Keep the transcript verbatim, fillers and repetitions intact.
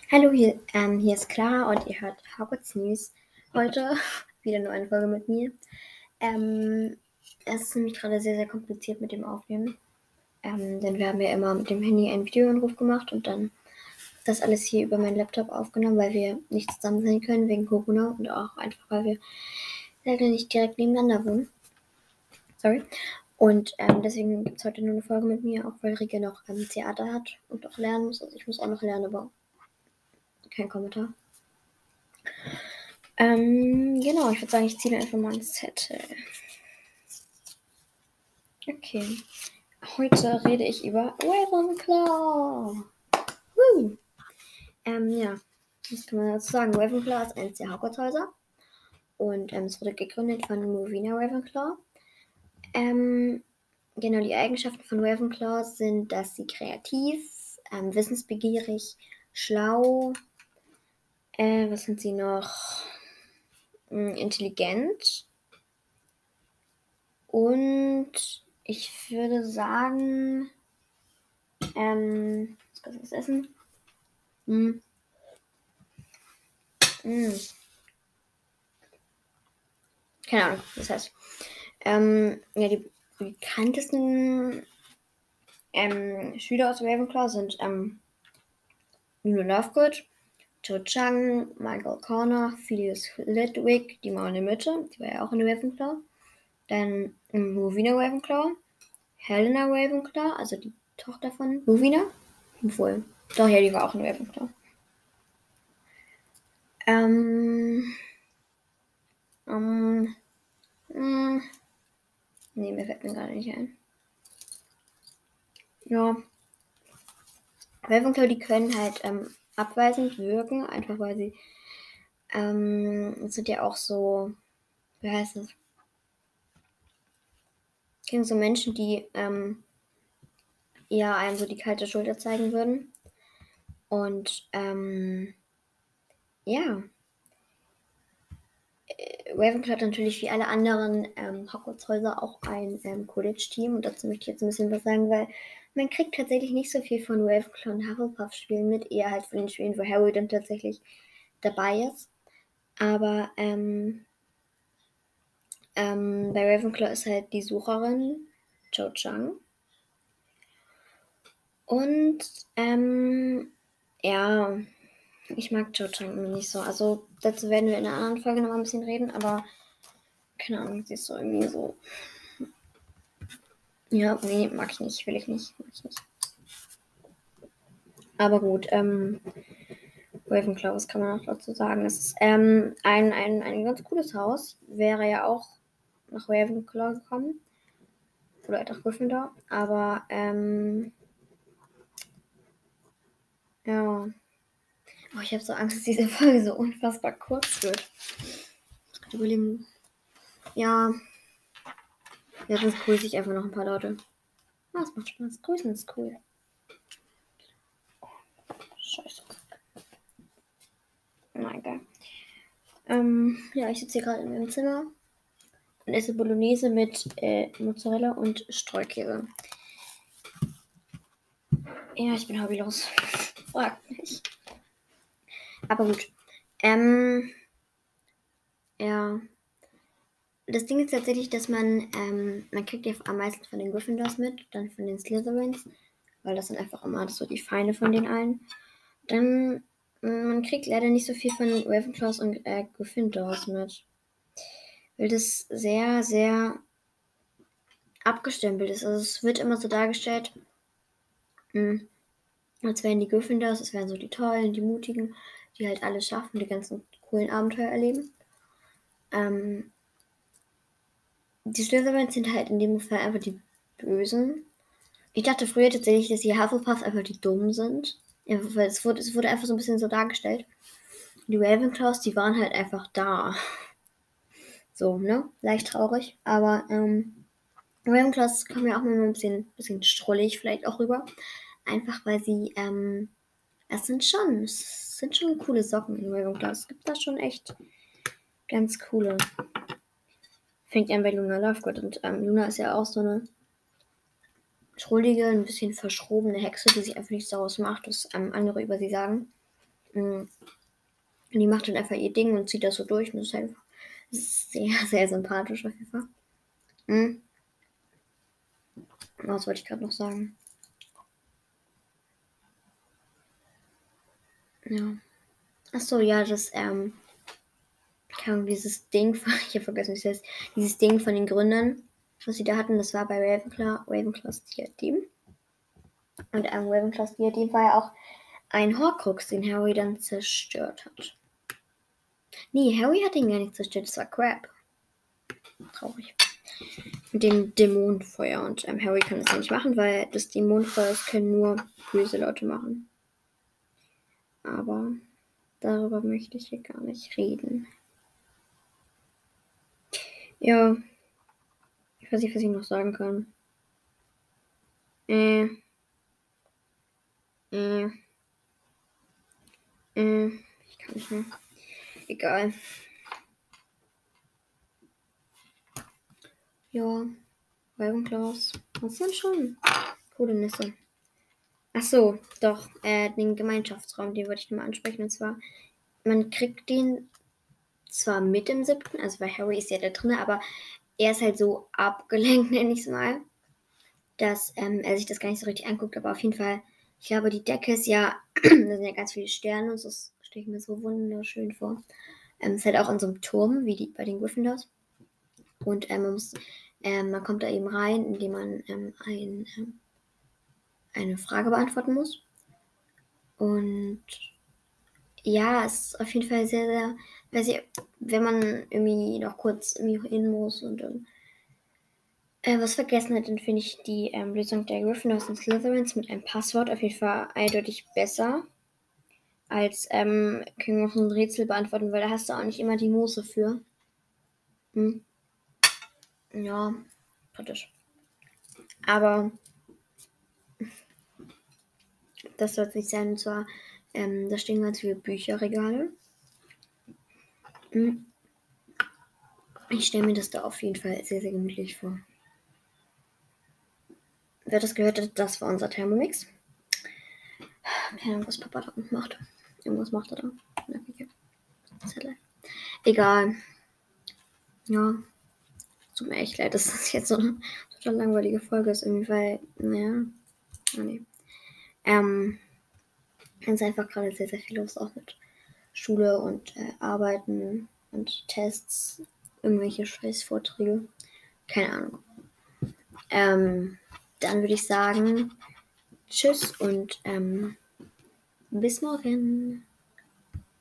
Hallo, hier, ähm, hier ist Clara und ihr hört Hogwarts News heute. Wieder nur eine Folge mit mir. Ähm, es ist nämlich gerade sehr, sehr kompliziert mit dem Aufnehmen. Ähm, denn wir haben ja immer mit dem Handy einen Videoanruf gemacht und dann das alles hier über meinen Laptop aufgenommen, weil wir nicht zusammen sein können wegen Corona und auch einfach, weil wir leider nicht direkt nebeneinander wohnen. Sorry. Und ähm, deswegen gibt es heute nur eine Folge mit mir, auch weil Rike noch ähm, Theater hat und auch lernen muss. Also ich muss auch noch lernen, aber kein Kommentar. Ähm, genau, ich würde sagen, ich ziehe mir einfach mal einen Zettel. Okay. Heute rede ich über Ravenclaw. Woo. Ähm, ja. Was kann man dazu sagen? Ravenclaw ist eines der Hogwarts-Häuser. Und ähm, es wurde gegründet von Rowena Ravenclaw. Ähm, genau, die Eigenschaften von Ravenclaw sind, dass sie kreativ, ähm, wissensbegierig, schlau, äh, was sind sie noch? Hm, intelligent. Und ich würde sagen, ähm, was kann ich essen? Hm. Hm. Keine Ahnung, das heißt. Ähm, ja, die bekanntesten ähm, Schüler aus Ravenclaw sind ähm, Luna Lovegood, Cho Chang, Michael Corner, Phileas Litwick, die Mauer in der Mitte, die war ja auch in Ravenclaw. Dann ähm, Rowena Ravenclaw, Helena Ravenclaw, also die Tochter von Rowena. Obwohl, doch, ja, die war auch in Ravenclaw. Ähm, ähm, mh, nee, mir fällt mir gerade nicht ein. Ja, Ravenclaw, die können halt ähm, abweisend wirken, einfach weil sie ähm, sind ja auch so, wie heißt das? Kennen so Menschen, die ähm, eher einem so die kalte Schulter zeigen würden. Und ähm, ja, Ravenclaw hat natürlich wie alle anderen ähm, Hogwarts-Häuser auch ein ähm, Quidditch-Team. Und dazu möchte ich jetzt ein bisschen was sagen, weil man kriegt tatsächlich nicht so viel von Ravenclaw und Hufflepuff-Spielen mit, eher halt von den Spielen, wo Harry dann tatsächlich dabei ist. Aber ähm, ähm, bei Ravenclaw ist halt die Sucherin Cho Chang. Und ähm, ja, ich mag Cho Chang nicht so. Also dazu werden wir in einer anderen Folge noch mal ein bisschen reden, aber keine Ahnung, sie ist so irgendwie so. Ja, nee, mag ich nicht, will ich nicht, mag ich nicht. Aber gut, ähm, Ravenclaw, was kann man noch dazu sagen? Es ist ähm, ein, ein, ein ganz cooles Haus. Wäre ja auch nach Ravenclaw gekommen. Oder nach Gryffindor. Aber, ähm, ja. Oh, ich habe so Angst, dass diese Folge so unfassbar kurz wird. Ich überlegen. Ja. Ja, sonst grüße ich einfach noch ein paar Leute. Ah, es macht Spaß. Grüßen ist cool. Scheiße. Na egal. Ähm, ja, ich sitze hier gerade in meinem Zimmer und esse Bolognese mit äh, Mozzarella und Streukäse. Ja, ich bin hobbylos. Fragt mich. Aber gut. Ähm, ja. Das Ding ist tatsächlich, dass man, ähm, man kriegt ja am meisten von den Gryffindors mit, dann von den Slytherins, weil das sind einfach immer so die Feinde von den allen. Dann, man kriegt leider nicht so viel von Ravenclaws und äh, Gryffindors mit. Weil das sehr, sehr abgestempelt ist. Also es wird immer so dargestellt, mh, als wären die Gryffindors, es wären so die Tollen, die Mutigen, die halt alles schaffen, die ganzen coolen Abenteuer erleben. Ähm, die Slytherins sind halt in dem Fall einfach die Bösen. Ich dachte früher tatsächlich, dass die Hufflepuffs einfach die Dummen sind. Ja, weil es wurde, es wurde einfach so ein bisschen so dargestellt. Die Ravenclaws, die waren halt einfach da. So, ne? Leicht traurig. Aber ähm, Ravenclaws kommen ja auch mal ein bisschen, bisschen strollig vielleicht auch rüber. Einfach weil sie, ähm, es sind schon, es sind schon coole Socken in Ravenclaws. Es gibt da schon echt ganz coole. Fängt an bei Luna Lovegood. Und ähm, Luna ist ja auch so eine schrullige, ein bisschen verschrobene Hexe, die sich einfach nichts daraus macht, was ähm, andere über sie sagen. Mm. Und die macht dann einfach ihr Ding und zieht das so durch. Und das ist halt sehr, sehr sympathisch auf jeden Fall. Mm. Was wollte ich gerade noch sagen? Ja. Achso, ja, das, ähm, keine Ahnung, dieses Ding, von, ich habe vergessen, wie es heißt, dieses Ding von den Gründern, was sie da hatten, das war bei Ravenclaw, Ravenclaws Team. Und ähm, Ravenclaws Team war ja auch ein Horcrux, den Harry dann zerstört hat. Nee, Harry hat ihn gar nicht zerstört, das war Crab. Traurig. Mit dem Dämonenfeuer. Und ähm, Harry kann das ja nicht machen, weil das Dämonenfeuer das können nur böse Leute machen. Aber darüber möchte ich hier gar nicht reden. Ja. Ich weiß nicht, was ich noch sagen kann. Äh. Äh. Äh. Ich kann nicht mehr. Egal. Ja. Ravenclaws. Was denn schon? Coole Nisse. Ach so, doch. Äh, den Gemeinschaftsraum, den wollte ich nochmal ansprechen. Und zwar, man kriegt den zwar mit im siebten, also bei Harry ist ja da drin, aber er ist halt so abgelenkt, nenne ich es mal, dass ähm, er sich das gar nicht so richtig anguckt. Aber auf jeden Fall, ich glaube, die Decke ist ja, da sind ja ganz viele Sterne und so, das stelle ich mir so wunderschön vor. Ähm, ist halt auch in so einem Turm, wie die bei den Gryffindors. Und ähm, man, muss, ähm, man kommt da eben rein, indem man ähm, ein, ähm, eine Frage beantworten muss. Und ja, es ist auf jeden Fall sehr, sehr, weiß ich, wenn man irgendwie noch kurz irgendwie hin muss und ähm, äh, was vergessen hat, dann finde ich die ähm, Lösung der Gryffindors und Slytherins mit einem Passwort auf jeden Fall eindeutig besser als ähm, können wir noch ein Rätsel beantworten, weil da hast du auch nicht immer die Muße für. Hm. Ja, kritisch. Aber das soll es nicht sein. Und zwar, ähm, da stehen ganz viele Bücherregale. Hm. Ich stelle mir das da auf jeden Fall sehr, sehr gemütlich vor. Wer das gehört hat, das war unser Thermomix. Keine Ahnung, was Papa da unten macht. Irgendwas macht er da. Egal. Ja. Tut mir echt leid, dass das jetzt so eine total langweilige Folge ist. Irgendwie, weil, naja. Oh, nee. Ähm. Es ist einfach gerade sehr, sehr viel los, auch mit Schule und äh, Arbeiten und Tests. Irgendwelche Scheißvorträge. Keine Ahnung. Ähm. Dann würde ich sagen, tschüss und ähm, bis morgen.